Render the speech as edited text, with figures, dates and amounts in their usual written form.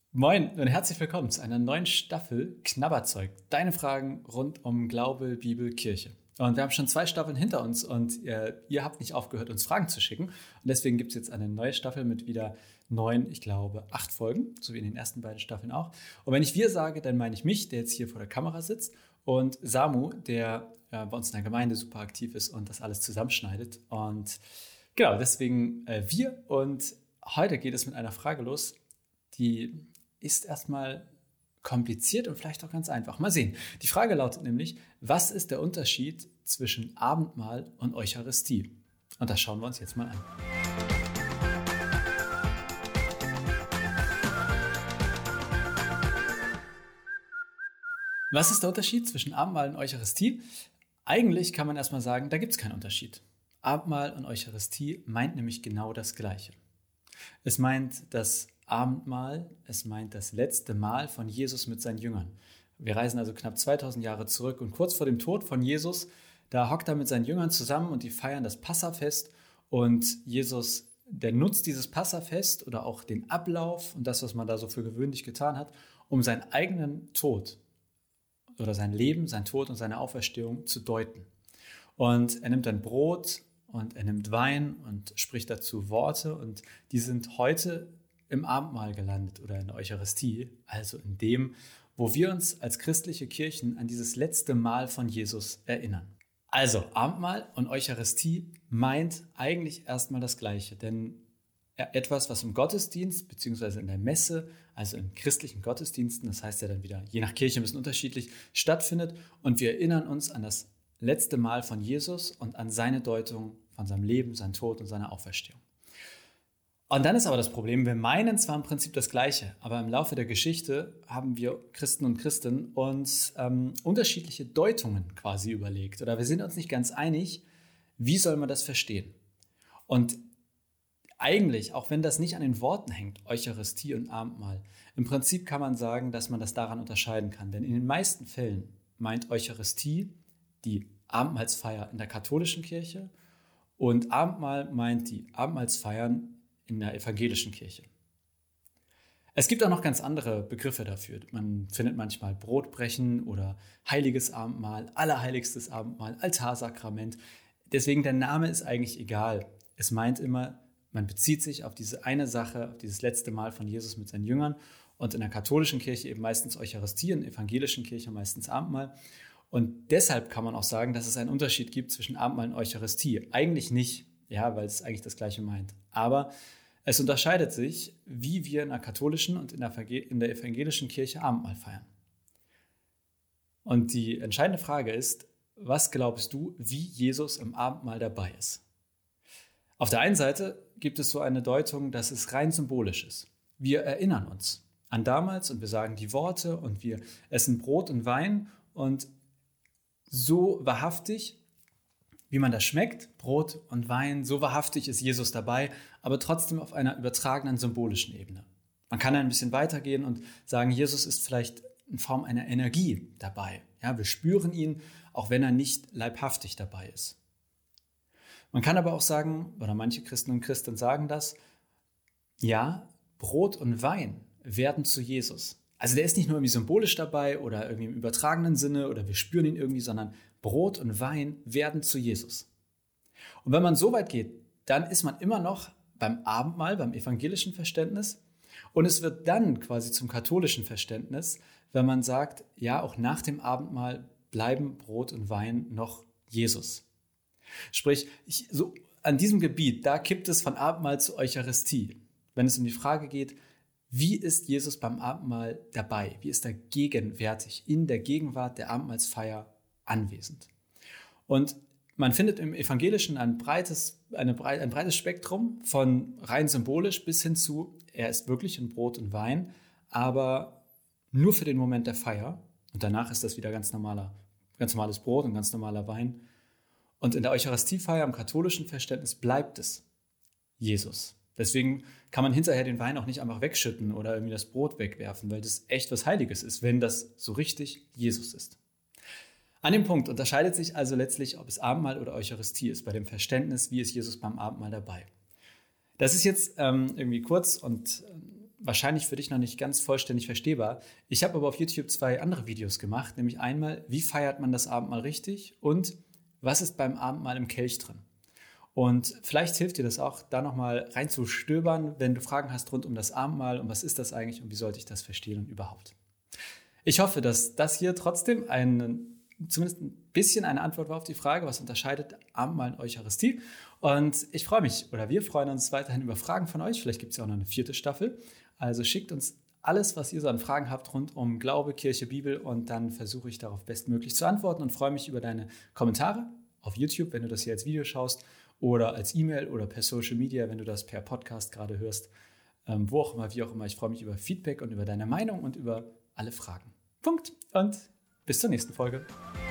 Moin und herzlich willkommen zu einer neuen Staffel Knabberzeug. Deine Fragen rund um Glaube, Bibel, Kirche. Und wir haben schon 2 Staffeln hinter uns und ihr habt nicht aufgehört, uns Fragen zu schicken. Und deswegen gibt es jetzt eine neue Staffel mit wieder 9, ich glaube 8 Folgen, so wie in den ersten beiden Staffeln auch. Und wenn ich wir sage, dann meine ich mich, der jetzt hier vor der Kamera sitzt, und Samu, der bei uns in der Gemeinde super aktiv ist und das alles zusammenschneidet. Und genau, deswegen wir. Und heute geht es mit einer Frage los, die ist erstmal kompliziert und vielleicht auch ganz einfach. Mal sehen. Die Frage lautet nämlich, was ist der Unterschied zwischen Abendmahl und Eucharistie? Und das schauen wir uns jetzt mal an. Was ist der Unterschied zwischen Abendmahl und Eucharistie? Eigentlich kann man erstmal sagen, da gibt es keinen Unterschied. Abendmahl und Eucharistie meint nämlich genau das Gleiche. Es meint das Abendmahl, es meint das letzte Mahl von Jesus mit seinen Jüngern. Wir reisen also knapp 2000 Jahre zurück und kurz vor dem Tod von Jesus, da hockt er mit seinen Jüngern zusammen und die feiern das Passafest und Jesus, der nutzt dieses Passafest oder auch den Ablauf und das, was man da so für gewöhnlich getan hat, um seinen eigenen Tod oder sein Leben, sein Tod und seine Auferstehung zu deuten. Und er nimmt dann Brot und er nimmt Wein und spricht dazu Worte und die sind heute im Abendmahl gelandet oder in der Eucharistie, also in dem, wo wir uns als christliche Kirchen an dieses letzte Mahl von Jesus erinnern. Also Abendmahl und Eucharistie meint eigentlich erstmal das Gleiche, denn etwas, was im Gottesdienst bzw. in der Messe, also in christlichen Gottesdiensten, das heißt ja dann wieder, je nach Kirche ein bisschen unterschiedlich, stattfindet und wir erinnern uns an das letzte Mahl von Jesus und an seine Deutung von seinem Leben, seinem Tod und seiner Auferstehung. Und dann ist aber das Problem, wir meinen zwar im Prinzip das Gleiche, aber im Laufe der Geschichte haben wir Christen und Christinnen uns unterschiedliche Deutungen quasi überlegt. Oder wir sind uns nicht ganz einig, wie soll man das verstehen? Und eigentlich, auch wenn das nicht an den Worten hängt, Eucharistie und Abendmahl, im Prinzip kann man sagen, dass man das daran unterscheiden kann. Denn in den meisten Fällen meint Eucharistie die Abendmahlsfeier in der katholischen Kirche und Abendmahl meint die Abendmahlsfeiern in der evangelischen Kirche. Es gibt auch noch ganz andere Begriffe dafür. Man findet manchmal Brotbrechen oder heiliges Abendmahl, allerheiligstes Abendmahl, Altarsakrament. Deswegen der Name ist eigentlich egal. Es meint immer, man bezieht sich auf diese eine Sache, auf dieses letzte Mal von Jesus mit seinen Jüngern und in der katholischen Kirche eben meistens Eucharistie, in der evangelischen Kirche meistens Abendmahl. Und deshalb kann man auch sagen, dass es einen Unterschied gibt zwischen Abendmahl und Eucharistie. Eigentlich nicht, ja, weil es eigentlich das Gleiche meint. Aber es unterscheidet sich, wie wir in der katholischen und in der evangelischen Kirche Abendmahl feiern. Und die entscheidende Frage ist, was glaubst du, wie Jesus im Abendmahl dabei ist? Auf der einen Seite gibt es so eine Deutung, dass es rein symbolisch ist. Wir erinnern uns an damals und wir sagen die Worte und wir essen Brot und Wein und so wahrhaftig, wie man das schmeckt, Brot und Wein, so wahrhaftig ist Jesus dabei, aber trotzdem auf einer übertragenen symbolischen Ebene. Man kann ein bisschen weitergehen und sagen, Jesus ist vielleicht in Form einer Energie dabei. Ja, wir spüren ihn, auch wenn er nicht leibhaftig dabei ist. Man kann aber auch sagen, oder manche Christen und Christen sagen das, ja, Brot und Wein werden zu Jesus. Also der ist nicht nur irgendwie symbolisch dabei oder irgendwie im übertragenen Sinne oder wir spüren ihn irgendwie, sondern Brot und Wein werden zu Jesus. Und wenn man so weit geht, dann ist man immer noch beim Abendmahl, beim evangelischen Verständnis und es wird dann quasi zum katholischen Verständnis, wenn man sagt, ja, auch nach dem Abendmahl bleiben Brot und Wein noch Jesus. Sprich, so an diesem Gebiet, da kippt es von Abendmahl zu Eucharistie. Wenn es um die Frage geht, wie ist Jesus beim Abendmahl dabei? Wie ist er gegenwärtig, in der Gegenwart der Abendmahlsfeier anwesend? Und man findet im Evangelischen ein breites Spektrum von rein symbolisch bis hin zu, er ist wirklich in Brot und Wein, aber nur für den Moment der Feier. Und danach ist das wieder ganz normales Brot und ganz normaler Wein. Und in der Eucharistiefeier, im katholischen Verständnis, bleibt es Jesus. Deswegen kann man hinterher den Wein auch nicht einfach wegschütten oder irgendwie das Brot wegwerfen, weil das echt was Heiliges ist, wenn das so richtig Jesus ist. An dem Punkt unterscheidet sich also letztlich, ob es Abendmahl oder Eucharistie ist, bei dem Verständnis, wie ist Jesus beim Abendmahl dabei. Das ist jetzt irgendwie kurz und wahrscheinlich für dich noch nicht ganz vollständig verstehbar. Ich habe aber auf YouTube 2 andere Videos gemacht, nämlich einmal, wie feiert man das Abendmahl richtig und was ist beim Abendmahl im Kelch drin. Und vielleicht hilft dir das auch, da nochmal reinzustöbern, wenn du Fragen hast rund um das Abendmahl und was ist das eigentlich und wie sollte ich das verstehen und überhaupt. Ich hoffe, dass das hier trotzdem zumindest ein bisschen eine Antwort war auf die Frage, was unterscheidet Abendmahl und Eucharistie. Und ich freue mich, oder wir freuen uns weiterhin über Fragen von euch. Vielleicht gibt es ja auch noch eine 4. Staffel. Also schickt uns alles, was ihr so an Fragen habt rund um Glaube, Kirche, Bibel und dann versuche ich darauf bestmöglich zu antworten und freue mich über deine Kommentare auf YouTube, wenn du das hier als Video schaust oder als E-Mail oder per Social Media, wenn du das per Podcast gerade hörst. Wo auch immer, wie auch immer. Ich freue mich über Feedback und über deine Meinung und über alle Fragen. Punkt und bis zur nächsten Folge.